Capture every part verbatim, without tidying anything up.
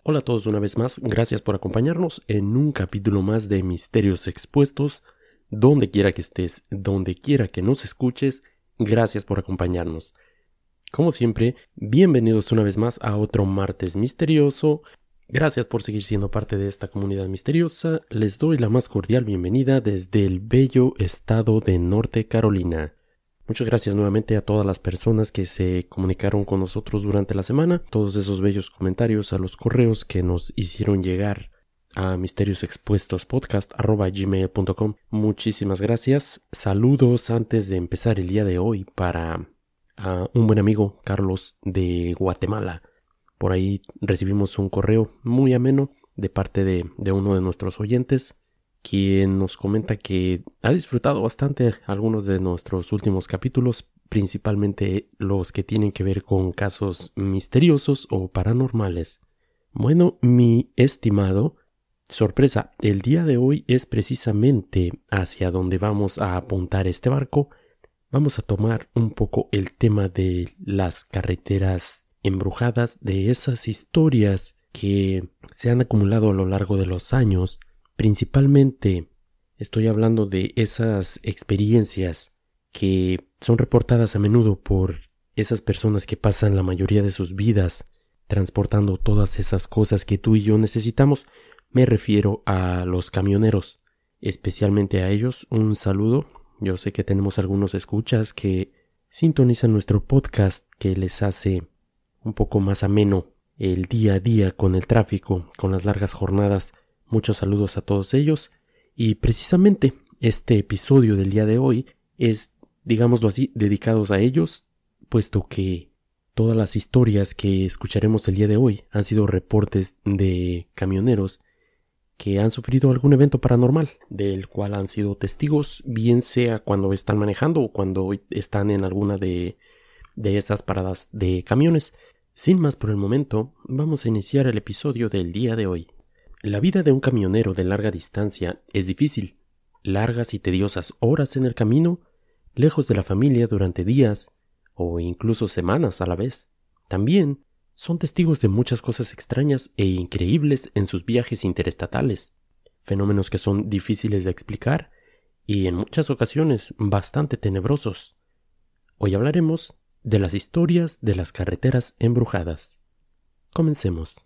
Hola a todos una vez más, gracias por acompañarnos en un capítulo más de Misterios Expuestos. Donde quiera que estés, donde quiera que nos escuches, gracias por acompañarnos. Como siempre, bienvenidos una vez más a otro martes misterioso. Gracias por seguir siendo parte de esta comunidad misteriosa. Les doy la más cordial bienvenida desde el bello estado de Norte Carolina. Muchas gracias nuevamente a todas las personas que se comunicaron con nosotros durante la semana, todos esos bellos comentarios, a los correos que nos hicieron llegar a misteriosexpuestospodcast arroba gmail punto com. Muchísimas gracias. Saludos antes de empezar el día de hoy para a un buen amigo, Carlos de Guatemala. Por ahí recibimos un correo muy ameno de parte de, de uno de nuestros oyentes, quien nos comenta que ha disfrutado bastante algunos de nuestros últimos capítulos, principalmente los que tienen que ver con casos misteriosos o paranormales. Bueno, mi estimado, sorpresa, el día de hoy es precisamente hacia donde vamos a apuntar este barco. Vamos a tomar un poco el tema de las carreteras embrujadas, de esas historias que se han acumulado a lo largo de los años. Principalmente estoy hablando de esas experiencias que son reportadas a menudo por esas personas que pasan la mayoría de sus vidas transportando todas esas cosas que tú y yo necesitamos. Me refiero a los camioneros, especialmente a ellos un saludo. Yo sé que tenemos algunos escuchas que sintonizan nuestro podcast, que les hace un poco más ameno el día a día con el tráfico, con las largas jornadas. Muchos saludos a todos ellos, y precisamente este episodio del día de hoy es, digámoslo así, dedicados a ellos, puesto que todas las historias que escucharemos el día de hoy han sido reportes de camioneros que han sufrido algún evento paranormal, del cual han sido testigos, bien sea cuando están manejando o cuando están en alguna de, de estas paradas de camiones. Sin más por el momento, vamos a iniciar el episodio del día de hoy. La vida de un camionero de larga distancia es difícil. Largas y tediosas horas en el camino, lejos de la familia durante días o incluso semanas a la vez. También son testigos de muchas cosas extrañas e increíbles en sus viajes interestatales, fenómenos que son difíciles de explicar y en muchas ocasiones bastante tenebrosos. Hoy hablaremos de las historias de las carreteras embrujadas. Comencemos.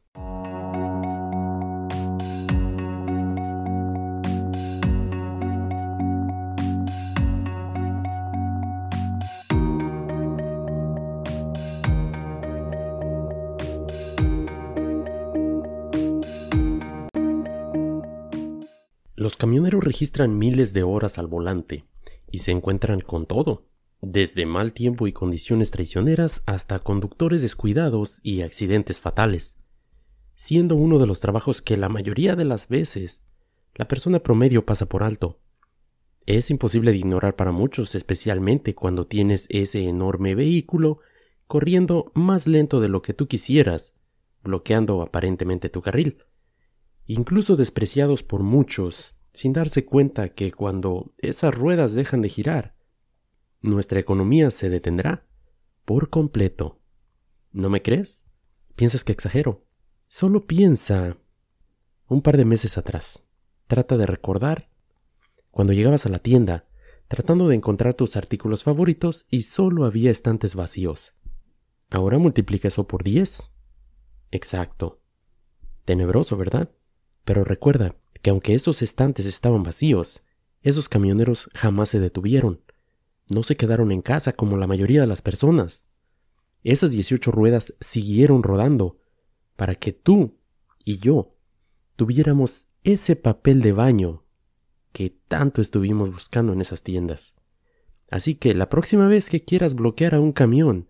Los camioneros registran miles de horas al volante y se encuentran con todo, desde mal tiempo y condiciones traicioneras hasta conductores descuidados y accidentes fatales, siendo uno de los trabajos que la mayoría de las veces la persona promedio pasa por alto. Es imposible de ignorar para muchos, especialmente cuando tienes ese enorme vehículo corriendo más lento de lo que tú quisieras, bloqueando aparentemente tu carril. Incluso despreciados por muchos, sin darse cuenta que cuando esas ruedas dejan de girar, nuestra economía se detendrá por completo. ¿No me crees? ¿Piensas que exagero? Solo piensa un par de meses atrás. Trata de recordar cuando llegabas a la tienda, tratando de encontrar tus artículos favoritos y solo había estantes vacíos. Ahora multiplica eso por diez. Exacto. Tenebroso, ¿verdad? Pero recuerda que aunque esos estantes estaban vacíos, esos camioneros jamás se detuvieron. No se quedaron en casa como la mayoría de las personas. Esas dieciocho ruedas siguieron rodando para que tú y yo tuviéramos ese papel de baño que tanto estuvimos buscando en esas tiendas. Así que la próxima vez que quieras bloquear a un camión,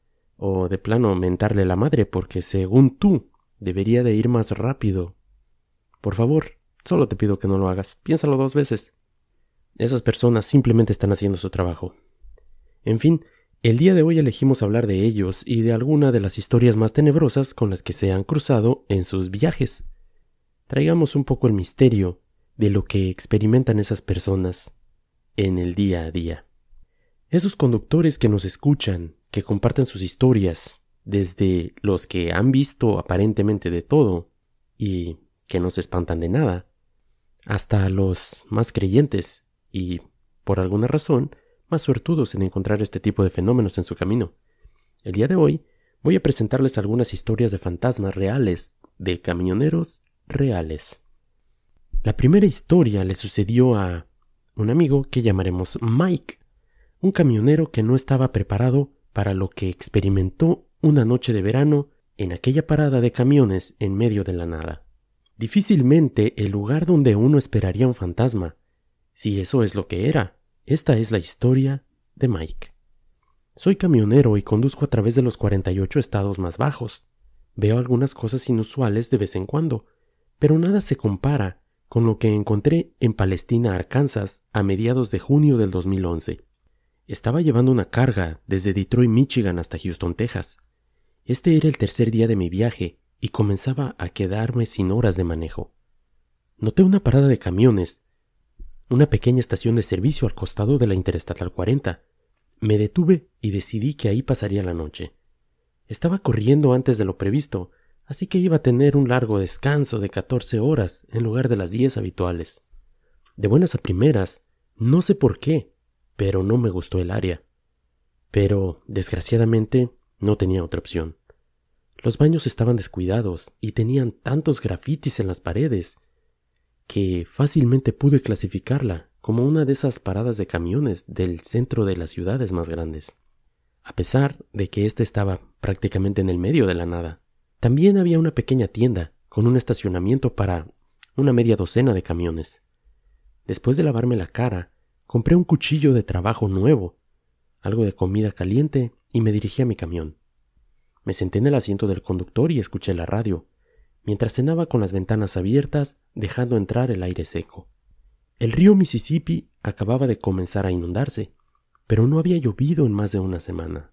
o de plano mentarle la madre porque según tú debería de ir más rápido, por favor, solo te pido que no lo hagas. Piénsalo dos veces. Esas personas simplemente están haciendo su trabajo. En fin, el día de hoy elegimos hablar de ellos y de alguna de las historias más tenebrosas con las que se han cruzado en sus viajes. Traigamos un poco el misterio de lo que experimentan esas personas en el día a día. Esos conductores que nos escuchan, que comparten sus historias, desde los que han visto aparentemente de todo, y que no se espantan de nada, hasta los más creyentes y, por alguna razón, más suertudos en encontrar este tipo de fenómenos en su camino. El día de hoy voy a presentarles algunas historias de fantasmas reales, de camioneros reales. La primera historia le sucedió a un amigo que llamaremos Mike, un camionero que no estaba preparado para lo que experimentó una noche de verano en aquella parada de camiones en medio de la nada. Difícilmente el lugar donde uno esperaría un fantasma, si eso es lo que era. Esta es la historia de Mike. Soy camionero y conduzco a través de los cuarenta y ocho estados más bajos. Veo algunas cosas inusuales de vez en cuando, pero nada se compara con lo que encontré en Palestina, Arkansas, a mediados de junio del dos mil once. Estaba llevando una carga desde Detroit, Michigan hasta Houston, Texas. Este era el tercer día de mi viaje y comenzaba a quedarme sin horas de manejo. Noté una parada de camiones, una pequeña estación de servicio al costado de la Interestatal cuarenta. Me detuve y decidí que ahí pasaría la noche. Estaba corriendo antes de lo previsto, así que iba a tener un largo descanso de catorce horas en lugar de las diez habituales. De buenas a primeras, no sé por qué, pero no me gustó el área. Pero, desgraciadamente, no tenía otra opción. Los baños estaban descuidados y tenían tantos grafitis en las paredes que fácilmente pude clasificarla como una de esas paradas de camiones del centro de las ciudades más grandes. A pesar de que ésta estaba prácticamente en el medio de la nada, también había una pequeña tienda con un estacionamiento para una media docena de camiones. Después de lavarme la cara, compré un cuchillo de trabajo nuevo, algo de comida caliente y me dirigí a mi camión. Me senté en el asiento del conductor y escuché la radio, mientras cenaba con las ventanas abiertas, dejando entrar el aire seco. El río Mississippi acababa de comenzar a inundarse, pero no había llovido en más de una semana.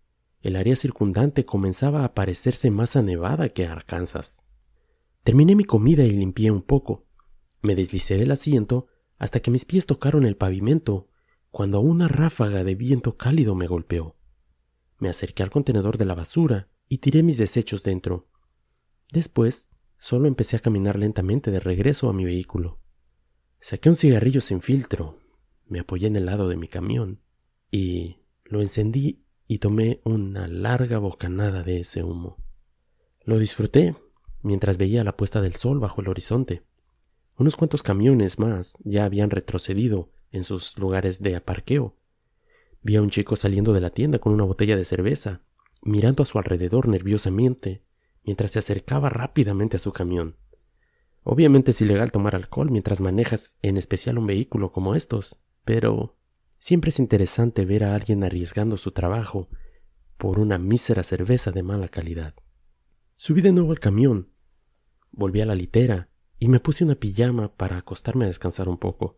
El área circundante comenzaba a parecerse más a Nevada que a Arkansas. Terminé mi comida y limpié un poco. Me deslicé del asiento hasta que mis pies tocaron el pavimento, cuando una ráfaga de viento cálido me golpeó. Me acerqué al contenedor de la basura y tiré mis desechos dentro. Después, solo empecé a caminar lentamente de regreso a mi vehículo. Saqué un cigarrillo sin filtro, me apoyé en el lado de mi camión y lo encendí y tomé una larga bocanada de ese humo. Lo disfruté mientras veía la puesta del sol bajo el horizonte. Unos cuantos camiones más ya habían retrocedido en sus lugares de aparqueo. Vi a un chico saliendo de la tienda con una botella de cerveza, mirando a su alrededor nerviosamente, mientras se acercaba rápidamente a su camión. Obviamente es ilegal tomar alcohol mientras manejas, en especial un vehículo como estos, pero siempre es interesante ver a alguien arriesgando su trabajo por una mísera cerveza de mala calidad. Subí de nuevo al camión, volví a la litera y me puse una pijama para acostarme a descansar un poco.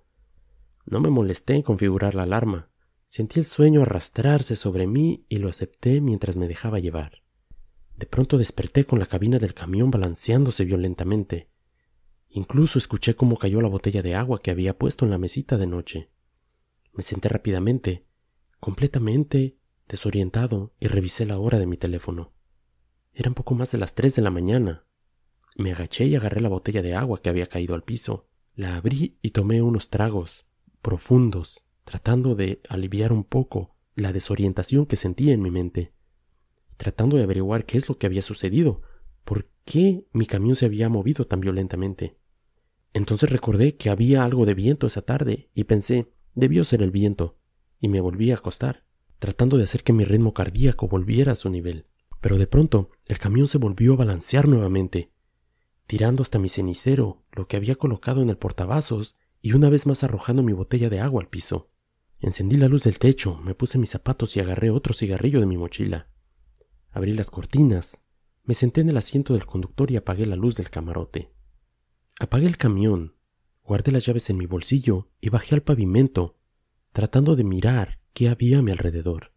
No me molesté en configurar la alarma. Sentí el sueño arrastrarse sobre mí y lo acepté mientras me dejaba llevar. De pronto desperté con la cabina del camión balanceándose violentamente. Incluso escuché cómo cayó la botella de agua que había puesto en la mesita de noche. Me senté rápidamente, completamente desorientado, y revisé la hora de mi teléfono. Eran poco más de las tres de la mañana. Me agaché y agarré la botella de agua que había caído al piso. La abrí y tomé unos tragos profundos, tratando de aliviar un poco la desorientación que sentía en mi mente, tratando de averiguar qué es lo que había sucedido, por qué mi camión se había movido tan violentamente. Entonces recordé que había algo de viento esa tarde y pensé, debió ser el viento, y me volví a acostar, tratando de hacer que mi ritmo cardíaco volviera a su nivel. Pero de pronto el camión se volvió a balancear nuevamente, tirando hasta mi cenicero, lo que había colocado en el portavasos, y una vez más arrojando mi botella de agua al piso. Encendí la luz del techo, me puse mis zapatos y agarré otro cigarrillo de mi mochila. Abrí las cortinas, me senté en el asiento del conductor y apagué la luz del camarote. Apagué el camión, guardé las llaves en mi bolsillo y bajé al pavimento, tratando de mirar qué había a mi alrededor.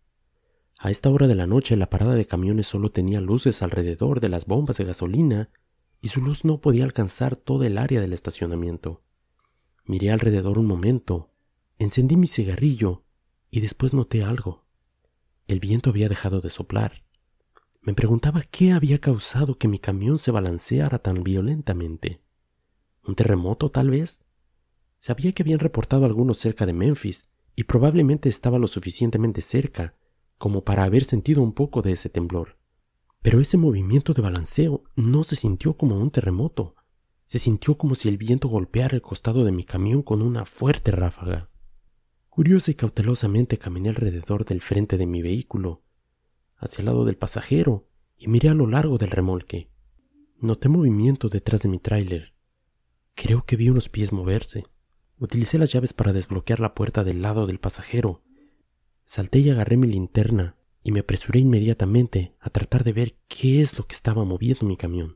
A esta hora de la noche la parada de camiones solo tenía luces alrededor de las bombas de gasolina y su luz no podía alcanzar todo el área del estacionamiento. Miré alrededor un momento, encendí mi cigarrillo y después noté algo. El viento había dejado de soplar. Me preguntaba qué había causado que mi camión se balanceara tan violentamente. ¿Un terremoto, tal vez? Sabía que habían reportado algunos cerca de Memphis, y probablemente estaba lo suficientemente cerca como para haber sentido un poco de ese temblor. Pero ese movimiento de balanceo no se sintió como un terremoto. Se sintió como si el viento golpeara el costado de mi camión con una fuerte ráfaga. Curiosa y cautelosamente caminé alrededor del frente de mi vehículo, hacia el lado del pasajero, y miré a lo largo del remolque. Noté movimiento detrás de mi tráiler. Creo que vi unos pies moverse. Utilicé las llaves para desbloquear la puerta del lado del pasajero. Salté y agarré mi linterna y me apresuré inmediatamente a tratar de ver qué es lo que estaba moviendo mi camión.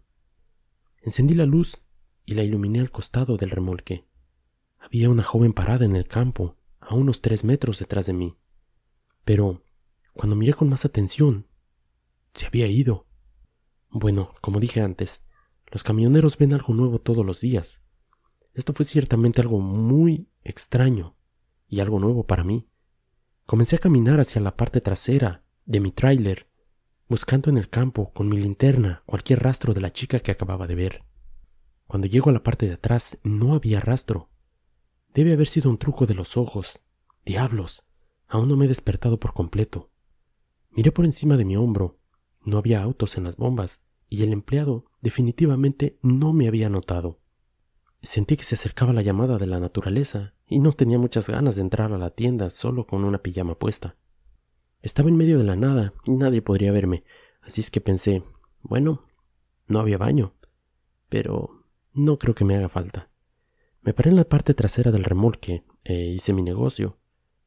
Encendí la luz y la iluminé al costado del remolque. Había una joven parada en el campo, a unos tres metros detrás de mí. Pero cuando miré con más atención, se había ido. Bueno, como dije antes, los camioneros ven algo nuevo todos los días. Esto fue ciertamente algo muy extraño y algo nuevo para mí. Comencé a caminar hacia la parte trasera de mi tráiler, buscando en el campo con mi linterna cualquier rastro de la chica que acababa de ver. Cuando llego a la parte de atrás, no había rastro. Debe haber sido un truco de los ojos. ¡Diablos! Aún no me he despertado por completo. Miré por encima de mi hombro. No había autos en las bombas, y el empleado definitivamente no me había notado. Sentí que se acercaba la llamada de la naturaleza, y no tenía muchas ganas de entrar a la tienda solo con una pijama puesta. Estaba en medio de la nada, y nadie podría verme, así es que pensé, bueno, no había baño, pero no creo que me haga falta. Me paré en la parte trasera del remolque e hice mi negocio,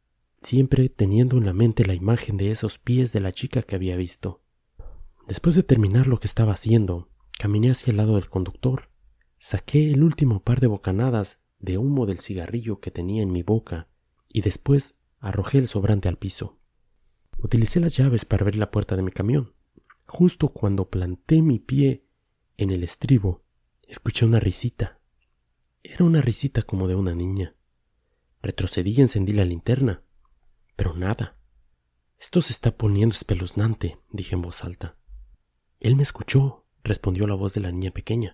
siempre teniendo en la mente la imagen de esos pies de la chica que había visto. Después de terminar lo que estaba haciendo, caminé hacia el lado del conductor, saqué el último par de bocanadas de humo del cigarrillo que tenía en mi boca y después arrojé el sobrante al piso. Utilicé las llaves para abrir la puerta de mi camión. Justo cuando planté mi pie en el estribo, escuché una risita. Era una risita como de una niña. Retrocedí y encendí la linterna, pero nada. Esto se está poniendo espeluznante, dije en voz alta. Él me escuchó, respondió la voz de la niña pequeña.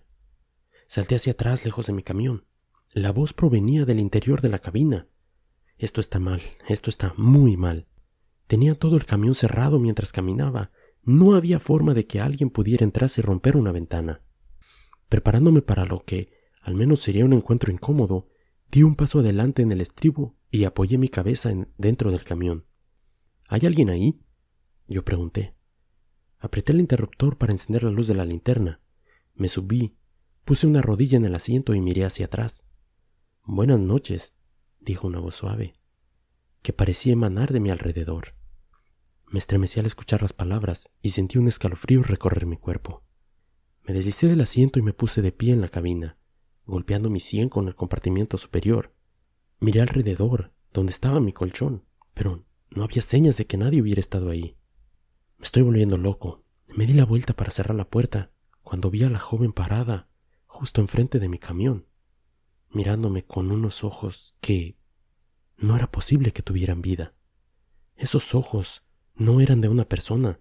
Salté hacia atrás, lejos de mi camión. La voz provenía del interior de la cabina. Esto está mal, esto está muy mal. Tenía todo el camión cerrado mientras caminaba. No había forma de que alguien pudiera entrarse y romper una ventana. Preparándome para lo que al menos sería un encuentro incómodo, di un paso adelante en el estribo y apoyé mi cabeza en, dentro del camión. ¿Hay alguien ahí?, yo pregunté. Apreté el interruptor para encender la luz de la linterna. Me subí, puse una rodilla en el asiento y miré hacia atrás. «Buenas noches», dijo una voz suave, que parecía emanar de mi alrededor. Me estremecí al escuchar las palabras y sentí un escalofrío recorrer mi cuerpo. Me deslicé del asiento y me puse de pie en la cabina, golpeando mi sien con el compartimiento superior. Miré alrededor, donde estaba mi colchón, pero no había señas de que nadie hubiera estado ahí. Me estoy volviendo loco. Me di la vuelta para cerrar la puerta, cuando vi a la joven parada, justo enfrente de mi camión, mirándome con unos ojos que no era posible que tuvieran vida. Esos ojos no eran de una persona.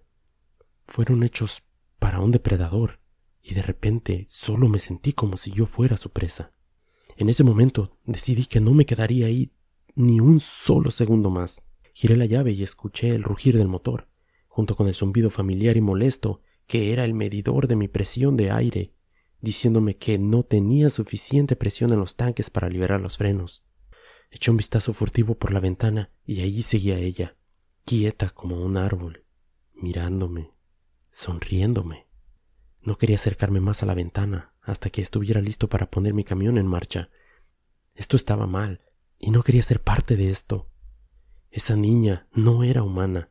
Fueron hechos para un depredador. Y de repente solo me sentí como si yo fuera su presa. En ese momento decidí que no me quedaría ahí ni un solo segundo más. Giré la llave y escuché el rugir del motor, junto con el zumbido familiar y molesto que era el medidor de mi presión de aire, diciéndome que no tenía suficiente presión en los tanques para liberar los frenos. Eché un vistazo furtivo por la ventana y allí seguía ella, quieta como un árbol, mirándome, sonriéndome. No quería acercarme más a la ventana hasta que estuviera listo para poner mi camión en marcha. Esto estaba mal, y no quería ser parte de esto. Esa niña no era humana,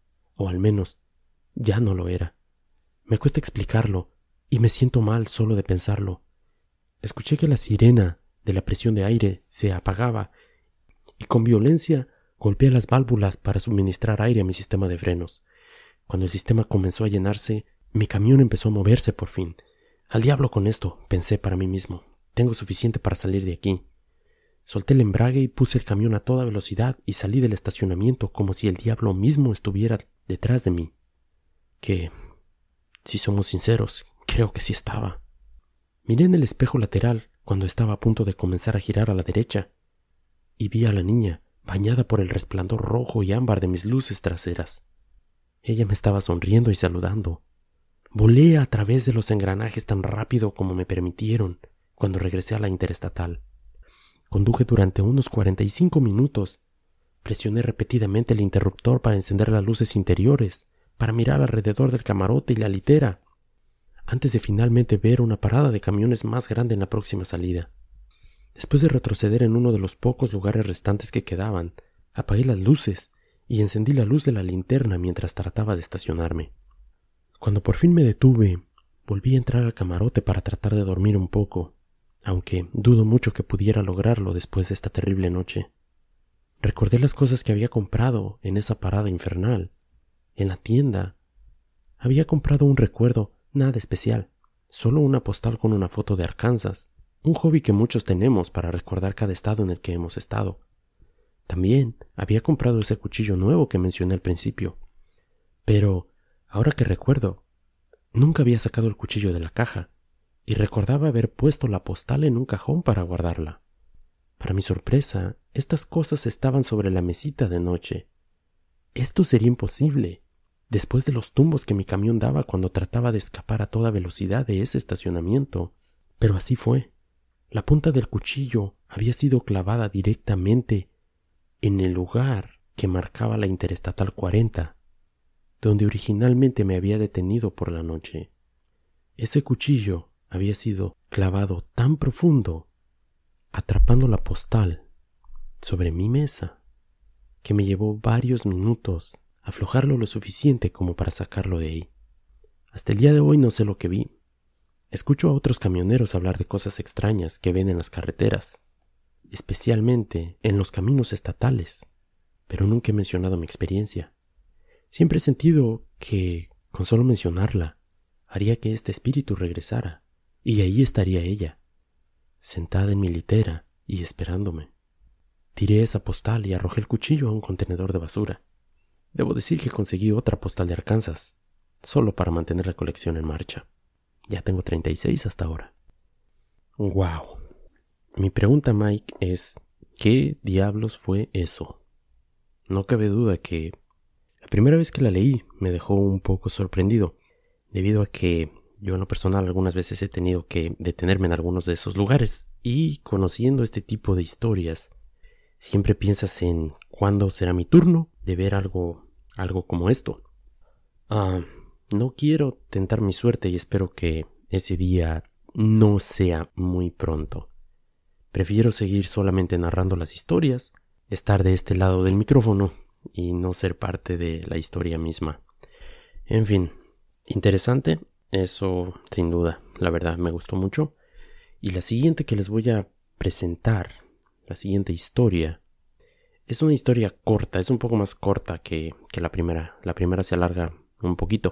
o al menos ya no lo era. Me cuesta explicarlo, y me siento mal solo de pensarlo. Escuché que la sirena de la presión de aire se apagaba, y con violencia golpeé las válvulas para suministrar aire a mi sistema de frenos. Cuando el sistema comenzó a llenarse, mi camión empezó a moverse por fin. Al diablo con esto, pensé para mí mismo. Tengo suficiente para salir de aquí. Solté el embrague y puse el camión a toda velocidad y salí del estacionamiento como si el diablo mismo estuviera detrás de mí. ¿Qué? Si somos sinceros, creo que sí estaba. Miré en el espejo lateral cuando estaba a punto de comenzar a girar a la derecha y vi a la niña bañada por el resplandor rojo y ámbar de mis luces traseras. Ella me estaba sonriendo y saludando. Volé a través de los engranajes tan rápido como me permitieron cuando regresé a la interestatal. Conduje durante unos cuarenta y cinco minutos. Presioné repetidamente el interruptor para encender las luces interiores, para mirar alrededor del camarote y la litera, antes de finalmente ver una parada de camiones más grande en la próxima salida. Después de retroceder en uno de los pocos lugares restantes que quedaban, apagué las luces y encendí la luz de la linterna mientras trataba de estacionarme. Cuando por fin me detuve, volví a entrar al camarote para tratar de dormir un poco, aunque dudo mucho que pudiera lograrlo después de esta terrible noche. Recordé las cosas que había comprado en esa parada infernal. En la tienda había comprado un recuerdo nada especial, solo una postal con una foto de Arkansas, un hobby que muchos tenemos para recordar cada estado en el que hemos estado. También había comprado ese cuchillo nuevo que mencioné al principio. Pero, ahora que recuerdo, nunca había sacado el cuchillo de la caja y recordaba haber puesto la postal en un cajón para guardarla. Para mi sorpresa, estas cosas estaban sobre la mesita de noche. Esto sería imposible, después de los tumbos que mi camión daba cuando trataba de escapar a toda velocidad de ese estacionamiento. Pero así fue. La punta del cuchillo había sido clavada directamente en el lugar que marcaba la Interestatal cuarenta, donde originalmente me había detenido por la noche. Ese cuchillo había sido clavado tan profundo, atrapando la postal sobre mi mesa, que me llevó varios minutos aflojarlo lo suficiente como para sacarlo de ahí. Hasta el día de hoy no sé lo que vi. Escucho a otros camioneros hablar de cosas extrañas que ven en las carreteras, especialmente en los caminos estatales, pero nunca he mencionado mi experiencia. Siempre he sentido que, con solo mencionarla, haría que este espíritu regresara, y ahí estaría ella, sentada en mi litera y esperándome. Tiré esa postal y arrojé el cuchillo a un contenedor de basura. Debo decir que conseguí otra postal de Arkansas, solo para mantener la colección en marcha. Ya tengo treinta y seis hasta ahora. ¡Wow! Mi pregunta, Mike, es ¿qué diablos fue eso? No cabe duda que la primera vez que la leí me dejó un poco sorprendido, debido a que yo en lo personal algunas veces he tenido que detenerme en algunos de esos lugares, y conociendo este tipo de historias, siempre piensas en cuándo será mi turno de ver algo, algo como esto. Ah, no quiero tentar mi suerte y espero que ese día no sea muy pronto. Prefiero seguir solamente narrando las historias, estar de este lado del micrófono y no ser parte de la historia misma. En fin, interesante, eso sin duda, la verdad me gustó mucho. Y la siguiente que les voy a presentar, la siguiente historia, es una historia corta, es un poco más corta que, que la primera. La primera se alarga un poquito,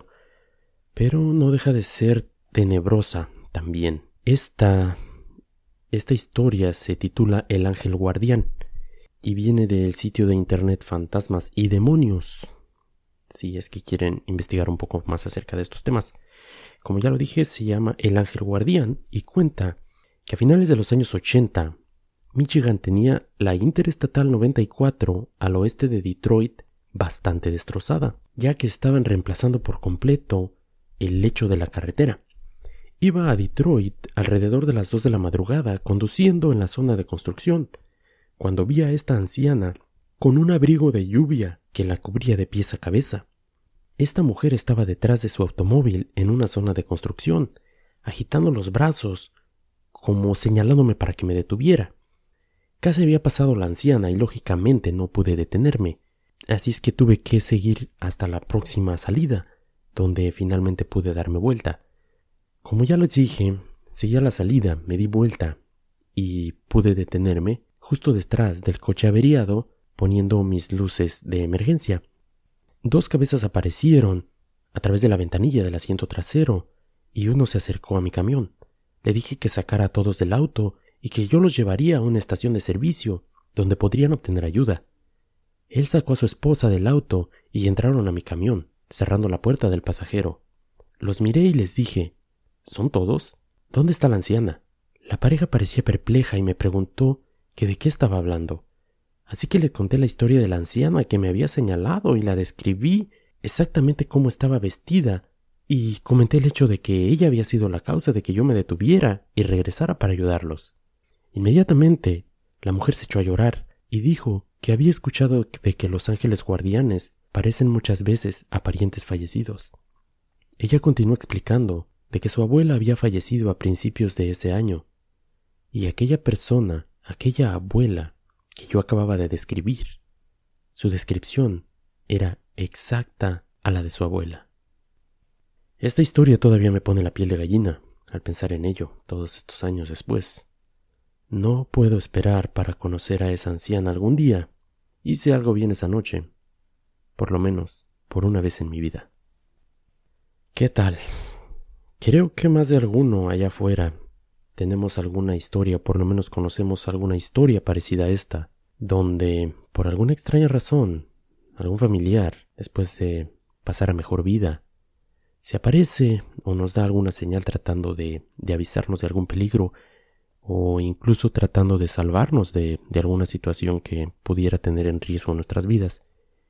pero no deja de ser tenebrosa también. Esta, esta historia se titula El Ángel Guardián y viene del sitio de internet Fantasmas y Demonios, si es que quieren investigar un poco más acerca de estos temas. Como ya lo dije, se llama El Ángel Guardián y cuenta que a finales de los años ochenta, Michigan tenía la Interestatal noventa y cuatro al oeste de Detroit bastante destrozada, ya que estaban reemplazando por completo el lecho de la carretera. Iba a Detroit alrededor de las dos de la madrugada conduciendo en la zona de construcción, cuando vi a esta anciana con un abrigo de lluvia que la cubría de pies a cabeza. Esta mujer estaba detrás de su automóvil en una zona de construcción, agitando los brazos como señalándome para que me detuviera. Casi había pasado la anciana y lógicamente no pude detenerme, así es que tuve que seguir hasta la próxima salida, donde finalmente pude darme vuelta. Como ya les dije, seguí a la salida, me di vuelta y pude detenerme justo detrás del coche averiado, poniendo mis luces de emergencia. Dos cabezas aparecieron a través de la ventanilla del asiento trasero y uno se acercó a mi camión. Le dije que sacara a todos del auto y que yo los llevaría a una estación de servicio donde podrían obtener ayuda. Él sacó a su esposa del auto y entraron a mi camión, cerrando la puerta del pasajero. Los miré y les dije, ¿son todos? ¿Dónde está la anciana? La pareja parecía perpleja y me preguntó que de qué estaba hablando. Así que le conté la historia de la anciana que me había señalado y la describí exactamente cómo estaba vestida y comenté el hecho de que ella había sido la causa de que yo me detuviera y regresara para ayudarlos. Inmediatamente, la mujer se echó a llorar y dijo que había escuchado de que los ángeles guardianes parecen muchas veces a parientes fallecidos. Ella continuó explicando de que su abuela había fallecido a principios de ese año y aquella persona, aquella abuela que yo acababa de describir, su descripción era exacta a la de su abuela. Esta historia todavía me pone la piel de gallina al pensar en ello todos estos años después. No puedo esperar para conocer a esa anciana algún día. Hice algo bien esa noche, por lo menos por una vez en mi vida. ¿Qué tal? Creo que más de alguno allá afuera tenemos alguna historia, por lo menos conocemos alguna historia parecida a esta, donde, por alguna extraña razón, algún familiar, después de pasar a mejor vida, se aparece o nos da alguna señal tratando de, de avisarnos de algún peligro o incluso tratando de salvarnos de, de alguna situación que pudiera tener en riesgo nuestras vidas.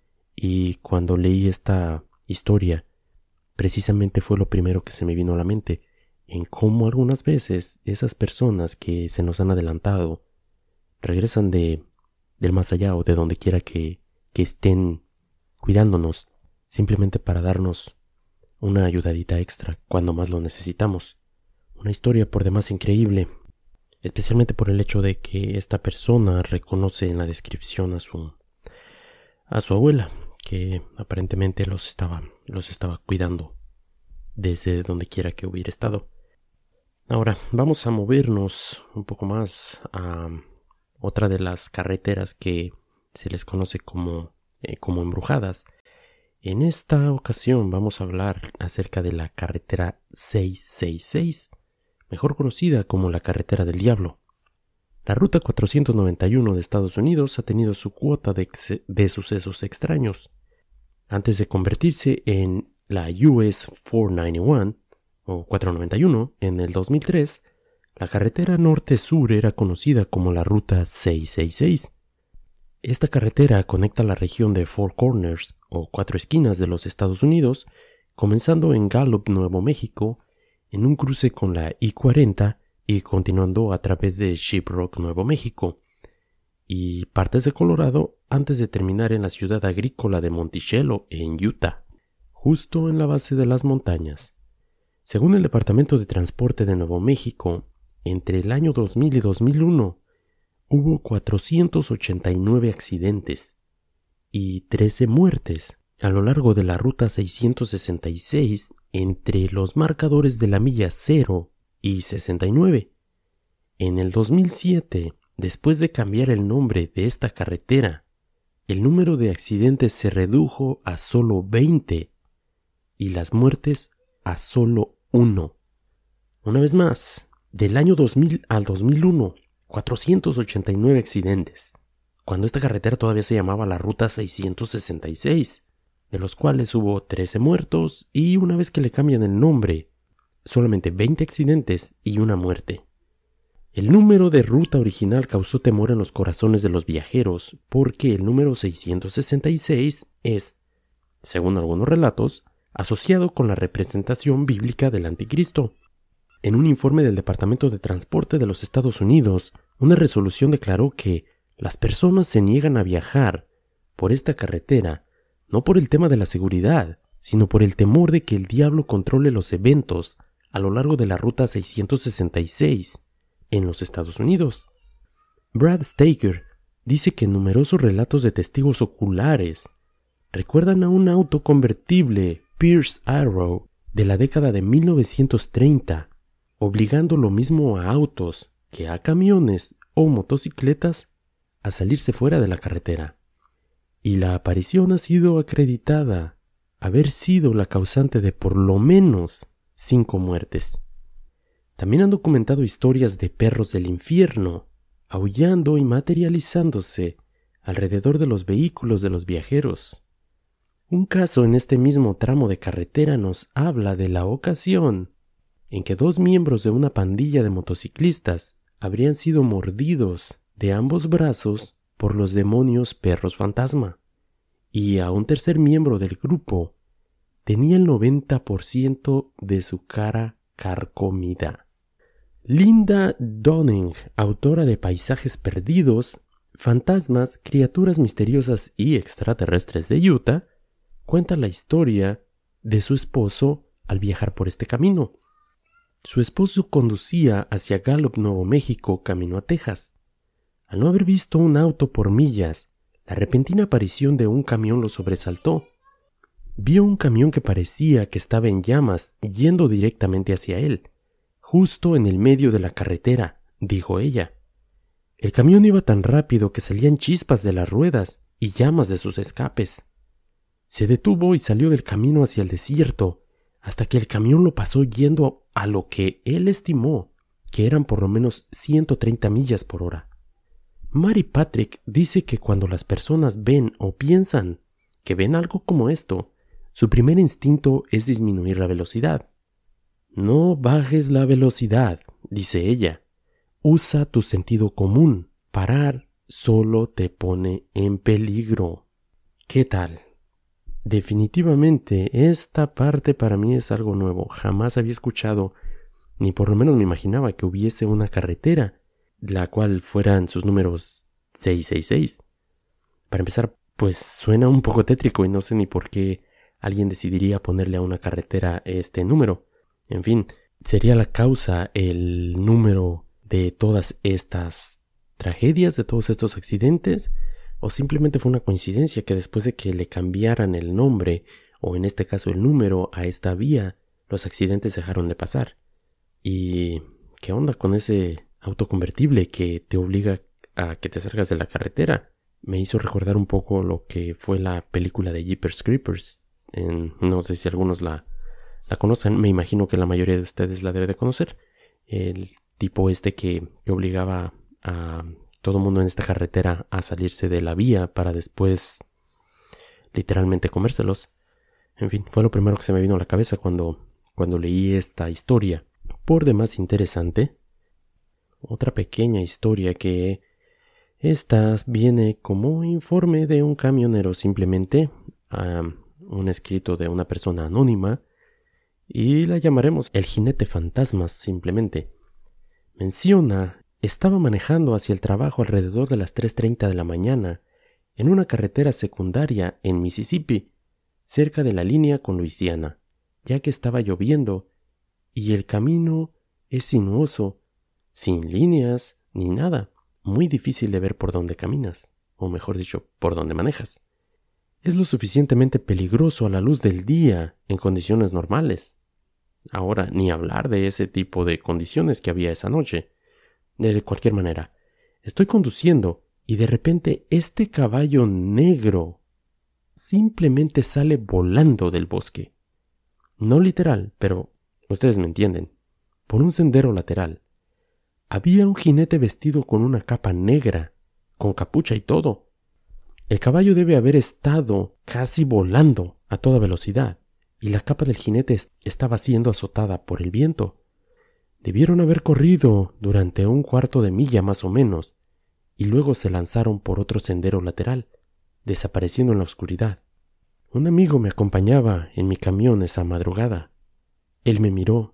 Y cuando leí esta historia, precisamente fue lo primero que se me vino a la mente, en cómo algunas veces esas personas que se nos han adelantado regresan de, del más allá o de donde quiera que, que estén cuidándonos, simplemente para darnos una ayudadita extra cuando más lo necesitamos. Una historia por demás increíble, especialmente por el hecho de que esta persona reconoce en la descripción a su a su abuela, que aparentemente los estaba los estaba cuidando desde donde quiera que hubiera estado. Ahora vamos a movernos un poco más a otra de las carreteras que se les conoce como eh, como embrujadas. En esta ocasión vamos a hablar acerca de la carretera seiscientos sesenta y seis, mejor conocida como la carretera del diablo. La ruta cuatrocientos noventa y uno de Estados Unidos ha tenido su cuota de, de sucesos extraños. Antes de convertirse en la U S cuatrocientos noventa y uno o cuatrocientos noventa y uno en el dos mil tres, la carretera norte-sur era conocida como la ruta seiscientos sesenta y seis. Esta carretera conecta la región de Four Corners o Cuatro Esquinas de los Estados Unidos, comenzando en Gallup, Nuevo México, en un cruce con la I cuarenta y continuando a través de Shiprock, Nuevo México, y partes de Colorado antes de terminar en la ciudad agrícola de Monticello, en Utah, justo en la base de las montañas. Según el Departamento de Transporte de Nuevo México, entre el año dos mil y dos mil uno hubo cuatrocientos ochenta y nueve accidentes y trece muertes a lo largo de la ruta seiscientos sesenta y seis entre los marcadores de la milla cero y sesenta y nueve. En el dos mil siete, después de cambiar el nombre de esta carretera, el número de accidentes se redujo a solo veinte y las muertes a solo uno. Una vez más, del año dos mil al dos mil uno, cuatrocientos ochenta y nueve accidentes, cuando esta carretera todavía se llamaba la ruta seiscientos sesenta y seis, de los cuales hubo trece muertos y una vez que le cambian el nombre, solamente veinte accidentes y una muerte. El número de ruta original causó temor en los corazones de los viajeros porque el número seiscientos sesenta y seis es, según algunos relatos, asociado con la representación bíblica del Anticristo. En un informe del Departamento de Transporte de los Estados Unidos, una resolución declaró que las personas se niegan a viajar por esta carretera no por el tema de la seguridad, sino por el temor de que el diablo controle los eventos a lo largo de la ruta seiscientos sesenta y seis en los Estados Unidos. Brad Staker dice que numerosos relatos de testigos oculares recuerdan a un auto convertible Pierce Arrow de la década de mil novecientos treinta, obligando lo mismo a autos que a camiones o motocicletas a salirse fuera de la carretera. Y la aparición ha sido acreditada haber sido la causante de por lo menos cinco muertes. También han documentado historias de perros del infierno, aullando y materializándose alrededor de los vehículos de los viajeros. Un caso en este mismo tramo de carretera nos habla de la ocasión en que dos miembros de una pandilla de motociclistas habrían sido mordidos de ambos brazos por los demonios perros fantasma, y a un tercer miembro del grupo tenía el noventa por ciento de su cara carcomida. Linda Dunning, autora de Paisajes Perdidos, Fantasmas, Criaturas Misteriosas y Extraterrestres de Utah, cuenta la historia de su esposo al viajar por este camino. Su esposo conducía hacia Gallup, Nuevo México, camino a Texas. Al no haber visto un auto por millas, la repentina aparición de un camión lo sobresaltó. Vio un camión que parecía que estaba en llamas yendo directamente hacia él, justo en el medio de la carretera, dijo ella. El camión iba tan rápido que salían chispas de las ruedas y llamas de sus escapes. Se detuvo y salió del camino hacia el desierto, hasta que el camión lo pasó yendo a lo que él estimó que eran por lo menos ciento treinta millas por hora. Mary Patrick dice que cuando las personas ven o piensan que ven algo como esto, su primer instinto es disminuir la velocidad. No bajes la velocidad, dice ella. Usa tu sentido común. Parar solo te pone en peligro. ¿Qué tal? Definitivamente, esta parte para mí es algo nuevo. Jamás había escuchado, ni por lo menos me imaginaba que hubiese una carretera, la cual fueran sus números seiscientos sesenta y seis. Para empezar, pues suena un poco tétrico y no sé ni por qué alguien decidiría ponerle a una carretera este número. En fin, ¿sería la causa el número de todas estas tragedias, de todos estos accidentes? ¿O simplemente fue una coincidencia que después de que le cambiaran el nombre, o en este caso el número, a esta vía, los accidentes dejaron de pasar? ¿Y qué onda con ese auto convertible que te obliga a que te salgas de la carretera? Me hizo recordar un poco lo que fue la película de Jeepers Creepers. En, no sé si algunos la, la conocen, me imagino que la mayoría de ustedes la debe de conocer. El tipo este que, que obligaba a todo el mundo en esta carretera a salirse de la vía para después literalmente comérselos. En fin, fue lo primero que se me vino a la cabeza cuando, cuando leí esta historia. Por demás interesante, otra pequeña historia que esta viene como informe de un camionero, simplemente um, un escrito de una persona anónima, y la llamaremos el jinete fantasmas simplemente. Menciona: estaba manejando hacia el trabajo alrededor de las tres treinta de la mañana en una carretera secundaria en Mississippi, cerca de la línea con Luisiana, ya que estaba lloviendo y el camino es sinuoso, sin líneas ni nada, muy difícil de ver por dónde caminas, o mejor dicho, por dónde manejas. Es lo suficientemente peligroso a la luz del día en condiciones normales. Ahora, ni hablar de ese tipo de condiciones que había esa noche. De cualquier manera, estoy conduciendo y de repente este caballo negro simplemente sale volando del bosque. No literal, pero ustedes me entienden. Por un sendero lateral. Había un jinete vestido con una capa negra, con capucha y todo. El caballo debe haber estado casi volando a toda velocidad, y la capa del jinete estaba siendo azotada por el viento. Debieron haber corrido durante un cuarto de milla más o menos, y luego se lanzaron por otro sendero lateral, desapareciendo en la oscuridad. Un amigo me acompañaba en mi camión esa madrugada. Él me miró,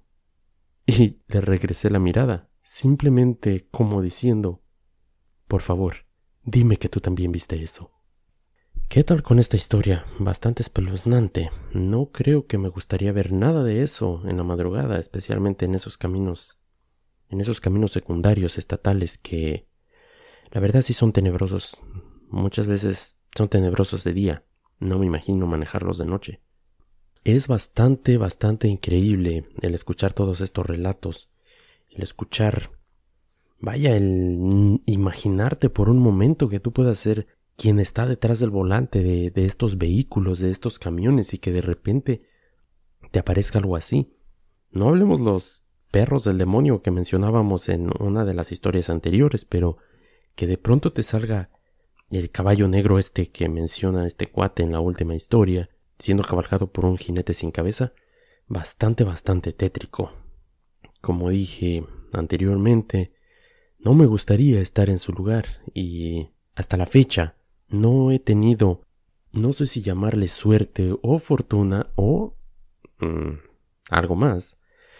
y le regresé la mirada, simplemente como diciendo: por favor, dime que tú también viste eso. ¿Qué tal con esta historia? Bastante espeluznante. No creo que me gustaría ver nada de eso en la madrugada, especialmente en esos caminos, en esos caminos secundarios estatales que, la verdad, sí son tenebrosos. Muchas veces son tenebrosos de día. No me imagino manejarlos de noche. Es bastante, bastante increíble el escuchar todos estos relatos, el escuchar, vaya, el imaginarte por un momento que tú puedas ser quien está detrás del volante de, de estos vehículos, de estos camiones, y que de repente te aparezca algo así. No hablemos los perros del demonio que mencionábamos en una de las historias anteriores, pero que de pronto te salga el caballo negro este que menciona este cuate en la última historia, siendo cabalgado por un jinete sin cabeza, bastante, bastante tétrico. Como dije anteriormente, no me gustaría estar en su lugar y hasta la fecha no he tenido, no sé si llamarle suerte o fortuna o mmm, algo más,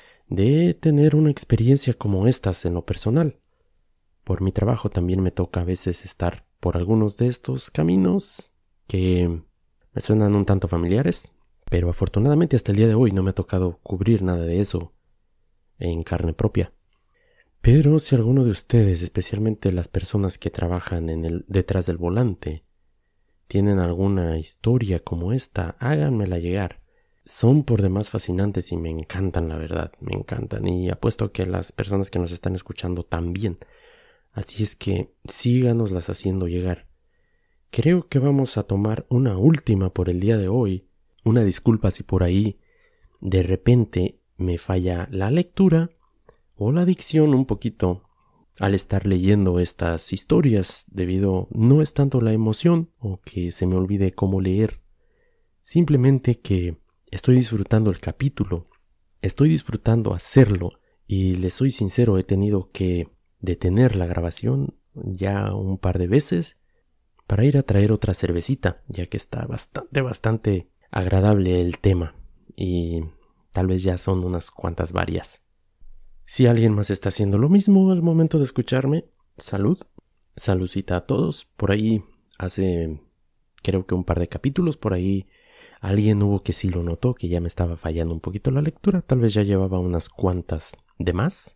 de tener una experiencia como estas en lo personal. Por mi trabajo también me toca a veces estar por algunos de estos caminos que me suenan un tanto familiares, pero afortunadamente hasta el día de hoy no me ha tocado cubrir nada de eso en carne propia. Pero si alguno de ustedes, especialmente las personas que trabajan en el, detrás del volante, tienen alguna historia como esta, háganmela llegar. Son por demás fascinantes y me encantan, la verdad, me encantan. Y apuesto que las personas que nos están escuchando también. Así es que síganoslas haciendo llegar. Creo que vamos a tomar una última por el día de hoy. Una disculpa si por ahí de repente me falla la lectura o la dicción un poquito al estar leyendo estas historias, debido no es tanto la emoción o que se me olvide cómo leer, simplemente que estoy disfrutando el capítulo, estoy disfrutando hacerlo y les soy sincero, he tenido que detener la grabación ya un par de veces para ir a traer otra cervecita, ya que está bastante, bastante agradable el tema y tal vez ya son unas cuantas varias. Si alguien más está haciendo lo mismo al momento de escucharme, salud, saludcita a todos. Por ahí hace creo que un par de capítulos, por ahí alguien hubo que sí lo notó, que ya me estaba fallando un poquito la lectura, tal vez ya llevaba unas cuantas de más,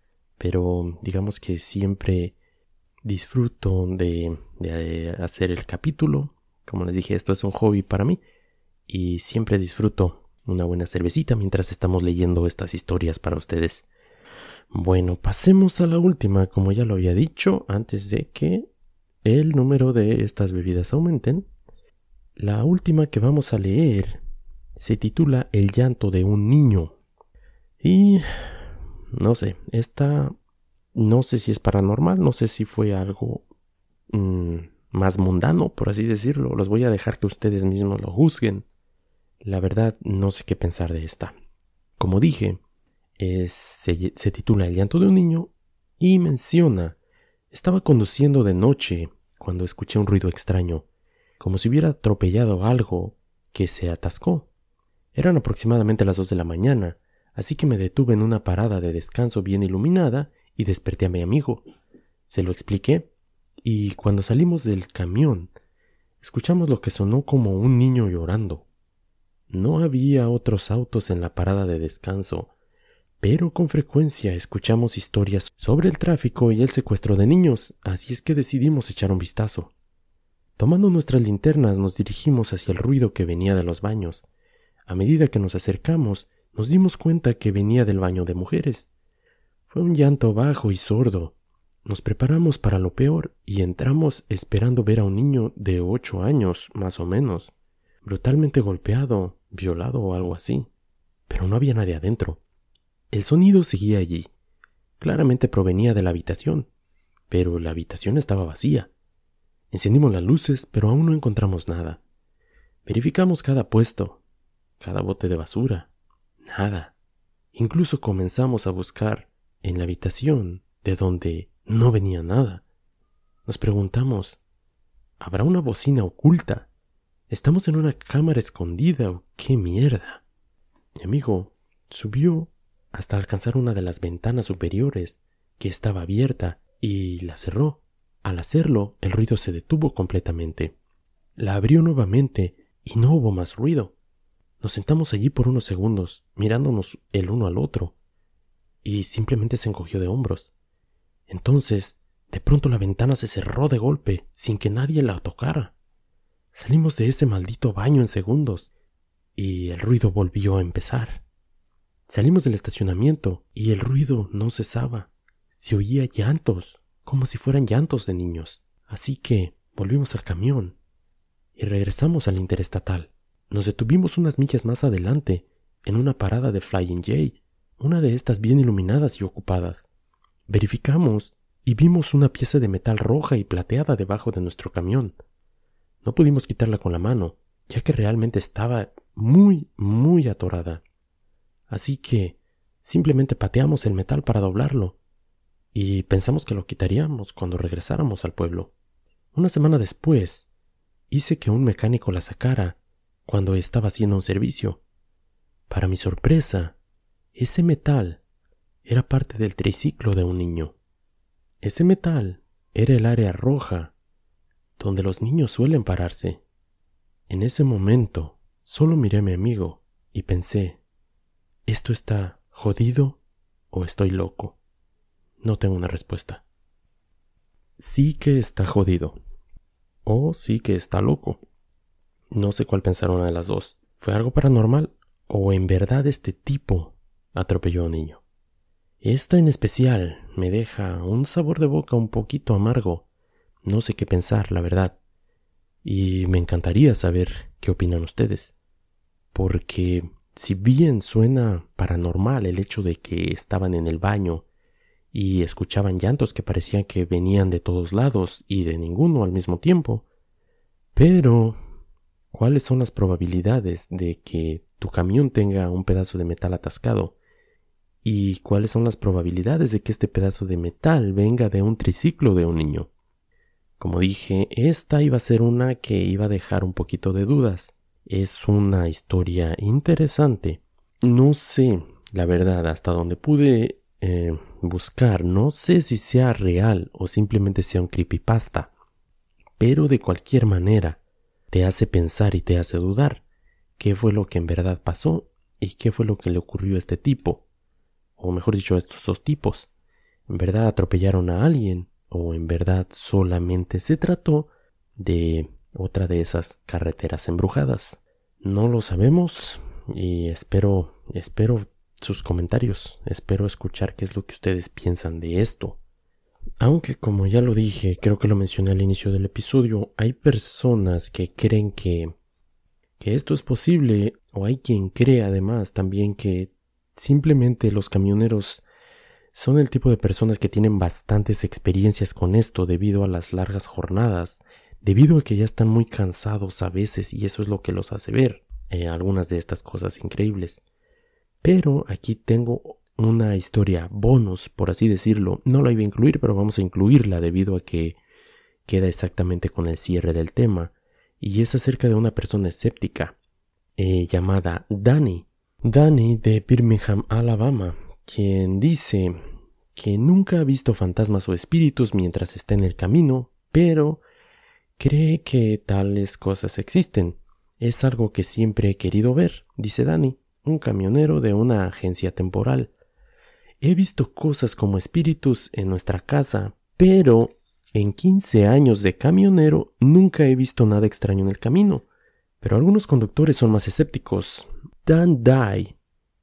pero digamos que siempre disfruto de, de hacer el capítulo. Como les dije, esto es un hobby para mí y siempre disfruto una buena cervecita mientras estamos leyendo estas historias para ustedes. Bueno, pasemos a la última, como ya lo había dicho, antes de que el número de estas bebidas aumenten. La última que vamos a leer se titula El llanto de un niño. Y no sé, esta no sé si es paranormal, no sé si fue algo mmm, más mundano, por así decirlo. Los voy a dejar que ustedes mismos lo juzguen. La verdad, no sé qué pensar de esta. Como dije, Es, se, se titula El llanto de un niño y menciona: estaba conduciendo de noche cuando escuché un ruido extraño, como si hubiera atropellado algo que se atascó. Eran aproximadamente las dos de la mañana, así que me detuve en una parada de descanso bien iluminada y desperté a mi amigo. Se lo expliqué y cuando salimos del camión, escuchamos lo que sonó como un niño llorando. No había otros autos en la parada de descanso, pero con frecuencia escuchamos historias sobre el tráfico y el secuestro de niños, así es que decidimos echar un vistazo. Tomando nuestras linternas nos dirigimos hacia el ruido que venía de los baños. A medida que nos acercamos, nos dimos cuenta que venía del baño de mujeres. Fue un llanto bajo y sordo. Nos preparamos para lo peor y entramos esperando ver a un niño de ocho años, más o menos, brutalmente golpeado, violado o algo así. Pero no había nadie adentro. El sonido seguía allí. Claramente provenía de la habitación, pero la habitación estaba vacía. Encendimos las luces, pero aún no encontramos nada. Verificamos cada puesto, cada bote de basura. Nada. Incluso comenzamos a buscar en la habitación de donde no venía nada. Nos preguntamos, ¿habrá una bocina oculta? ¿Estamos en una cámara escondida o qué mierda? Mi amigo subió hasta alcanzar una de las ventanas superiores, que estaba abierta, y la cerró. Al hacerlo, el ruido se detuvo completamente. La abrió nuevamente y no hubo más ruido. Nos sentamos allí por unos segundos, mirándonos el uno al otro, y simplemente se encogió de hombros. Entonces, de pronto la ventana se cerró de golpe, sin que nadie la tocara. Salimos de ese maldito baño en segundos, y el ruido volvió a empezar. Salimos del estacionamiento y el ruido no cesaba. Se oía llantos, como si fueran llantos de niños. Así que volvimos al camión y regresamos al interestatal. Nos detuvimos unas millas más adelante, en una parada de Flying J, una de estas bien iluminadas y ocupadas. Verificamos y vimos una pieza de metal roja y plateada debajo de nuestro camión. No pudimos quitarla con la mano, ya que realmente estaba muy, muy atorada. Así que simplemente pateamos el metal para doblarlo y pensamos que lo quitaríamos cuando regresáramos al pueblo. Una semana después, hice que un mecánico la sacara cuando estaba haciendo un servicio. Para mi sorpresa, ese metal era parte del triciclo de un niño. Ese metal era el área roja, donde los niños suelen pararse. En ese momento, solo miré a mi amigo y pensé, ¿esto está jodido o estoy loco? No tengo una respuesta. Sí que está jodido. O sí que está loco. No sé cuál pensar una de las dos. ¿Fue algo paranormal o en verdad este tipo atropelló a un niño? Esta en especial me deja un sabor de boca un poquito amargo. No sé qué pensar, la verdad. Y me encantaría saber qué opinan ustedes. Porque si bien suena paranormal el hecho de que estaban en el baño y escuchaban llantos que parecían que venían de todos lados y de ninguno al mismo tiempo, pero ¿cuáles son las probabilidades de que tu camión tenga un pedazo de metal atascado? ¿Y cuáles son las probabilidades de que este pedazo de metal venga de un triciclo de un niño? Como dije, esta iba a ser una que iba a dejar un poquito de dudas. Es una historia interesante. No sé, la verdad, hasta donde pude eh, buscar, no sé si sea real o simplemente sea un creepypasta. Pero de cualquier manera, te hace pensar y te hace dudar qué fue lo que en verdad pasó y qué fue lo que le ocurrió a este tipo. O mejor dicho, a estos dos tipos. ¿En verdad atropellaron a alguien? ¿O en verdad solamente se trató de otra de esas carreteras embrujadas? No lo sabemos y espero, espero sus comentarios. Espero escuchar qué es lo que ustedes piensan de esto. Aunque, como ya lo dije, creo que lo mencioné al inicio del episodio, hay personas que creen que, que esto es posible, o hay quien cree además también que simplemente los camioneros son el tipo de personas que tienen bastantes experiencias con esto debido a las largas jornadas, debido a que ya están muy cansados a veces y eso es lo que los hace ver eh, algunas de estas cosas increíbles. Pero aquí tengo una historia bonus, por así decirlo. No la iba a incluir, pero vamos a incluirla debido a que queda exactamente con el cierre del tema. Y es acerca de una persona escéptica eh, llamada Danny. Danny de Birmingham, Alabama, quien dice que nunca ha visto fantasmas o espíritus mientras está en el camino, pero cree que tales cosas existen. Es algo que siempre he querido ver, dice Danny, un camionero de una agencia temporal. He visto cosas como espíritus en nuestra casa, pero en quince años de camionero nunca he visto nada extraño en el camino. Pero algunos conductores son más escépticos. Dan Dye,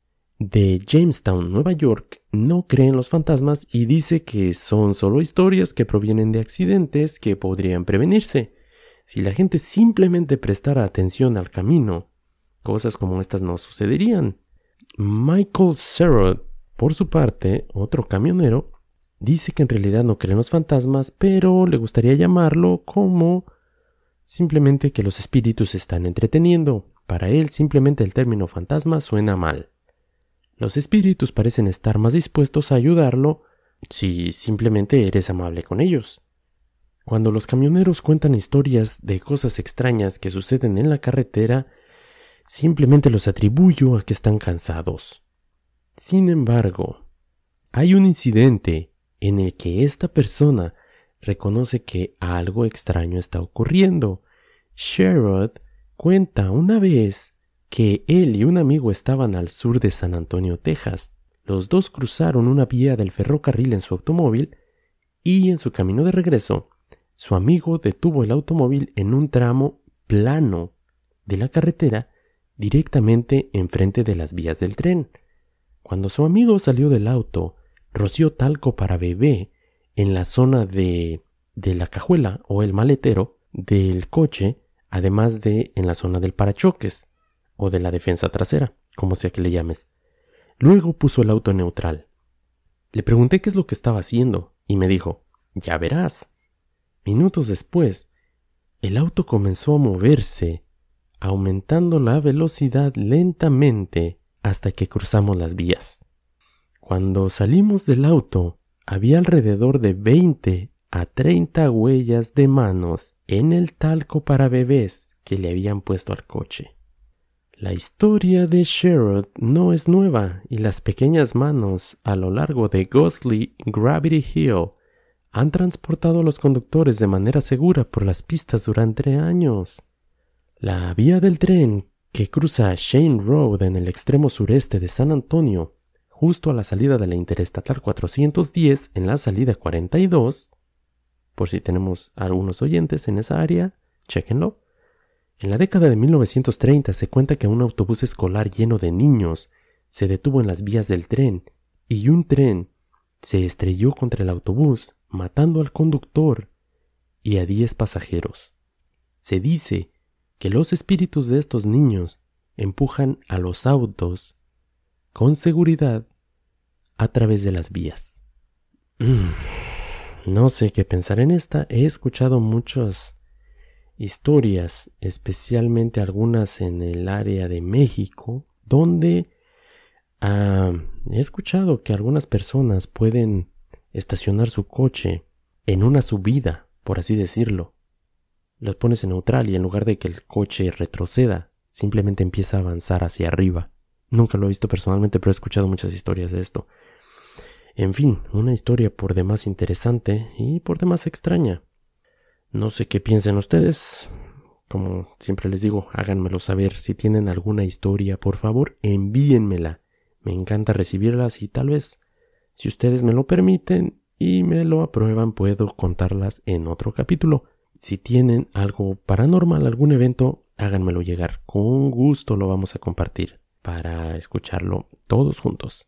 de Jamestown, Nueva York, no cree en los fantasmas y dice que son solo historias que provienen de accidentes que podrían prevenirse. Si la gente simplemente prestara atención al camino, cosas como estas no sucederían. Michael Sherrod, por su parte, otro camionero, dice que en realidad no cree en los fantasmas, pero le gustaría llamarlo como simplemente que los espíritus se están entreteniendo. Para él, simplemente el término fantasma suena mal. Los espíritus parecen estar más dispuestos a ayudarlo si simplemente eres amable con ellos. Cuando los camioneros cuentan historias de cosas extrañas que suceden en la carretera, simplemente los atribuyo a que están cansados. Sin embargo, hay un incidente en el que esta persona reconoce que algo extraño está ocurriendo. Sherrod cuenta una vez que él y un amigo estaban al sur de San Antonio, Texas. Los dos cruzaron una vía del ferrocarril en su automóvil y en su camino de regreso, su amigo detuvo el automóvil en un tramo plano de la carretera directamente enfrente de las vías del tren. Cuando su amigo salió del auto, roció talco para bebé en la zona de, de la cajuela o el maletero del coche, además de en la zona del parachoques o de la defensa trasera, como sea que le llames. Luego puso el auto en neutral. Le pregunté qué es lo que estaba haciendo y me dijo, ya verás. Minutos después, el auto comenzó a moverse aumentando la velocidad lentamente hasta que cruzamos las vías. Cuando salimos del auto, había alrededor de veinte a treinta huellas de manos en el talco para bebés que le habían puesto al coche. La historia de Sherrod no es nueva y las pequeñas manos a lo largo de Ghostly Gravity Hill han transportado a los conductores de manera segura por las pistas durante años. La vía del tren que cruza Shane Road en el extremo sureste de San Antonio, justo a la salida de la Interestatal cuatrocientos diez en la salida cuarenta y dos, por si tenemos algunos oyentes en esa área, chéquenlo. En la década de mil novecientos treinta se cuenta que un autobús escolar lleno de niños se detuvo en las vías del tren y un tren se estrelló contra el autobús, matando al conductor y a diez pasajeros. Se dice que los espíritus de estos niños empujan a los autos con seguridad a través de las vías. Mm, no sé qué pensar en esta. He escuchado muchas historias, especialmente algunas en el área de México, donde uh, he escuchado que algunas personas pueden estacionar su coche en una subida, por así decirlo. Los pones en neutral y en lugar de que el coche retroceda, simplemente empieza a avanzar hacia arriba. Nunca lo he visto personalmente, pero he escuchado muchas historias de esto. En fin, una historia por demás interesante y por demás extraña. No sé qué piensen ustedes. Como siempre les digo, háganmelo saber. Si tienen alguna historia, por favor, envíenmela. Me encanta recibirlas y tal vez, si ustedes me lo permiten y me lo aprueban, puedo contarlas en otro capítulo. Si tienen algo paranormal, algún evento, háganmelo llegar. Con gusto lo vamos a compartir para escucharlo todos juntos.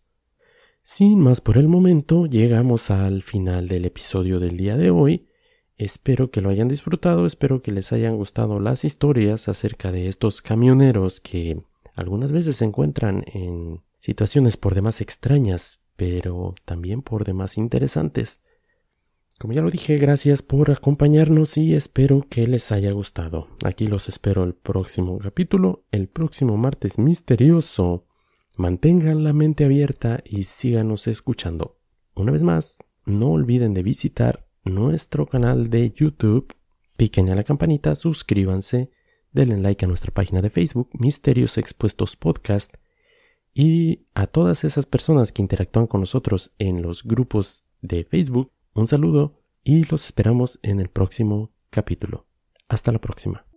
Sin más por el momento, llegamos al final del episodio del día de hoy. Espero que lo hayan disfrutado, espero que les hayan gustado las historias acerca de estos camioneros que algunas veces se encuentran en situaciones por demás extrañas, pero también por demás interesantes. Como ya lo dije, gracias por acompañarnos y espero que les haya gustado. Aquí los espero el próximo capítulo, el próximo martes misterioso. Mantengan la mente abierta y síganos escuchando. Una vez más, no olviden de visitar nuestro canal de YouTube, piquen a la campanita, suscríbanse, denle like a nuestra página de Facebook, Misterios Expuestos Podcast, y a todas esas personas que interactúan con nosotros en los grupos de Facebook, un saludo y los esperamos en el próximo capítulo. Hasta la próxima.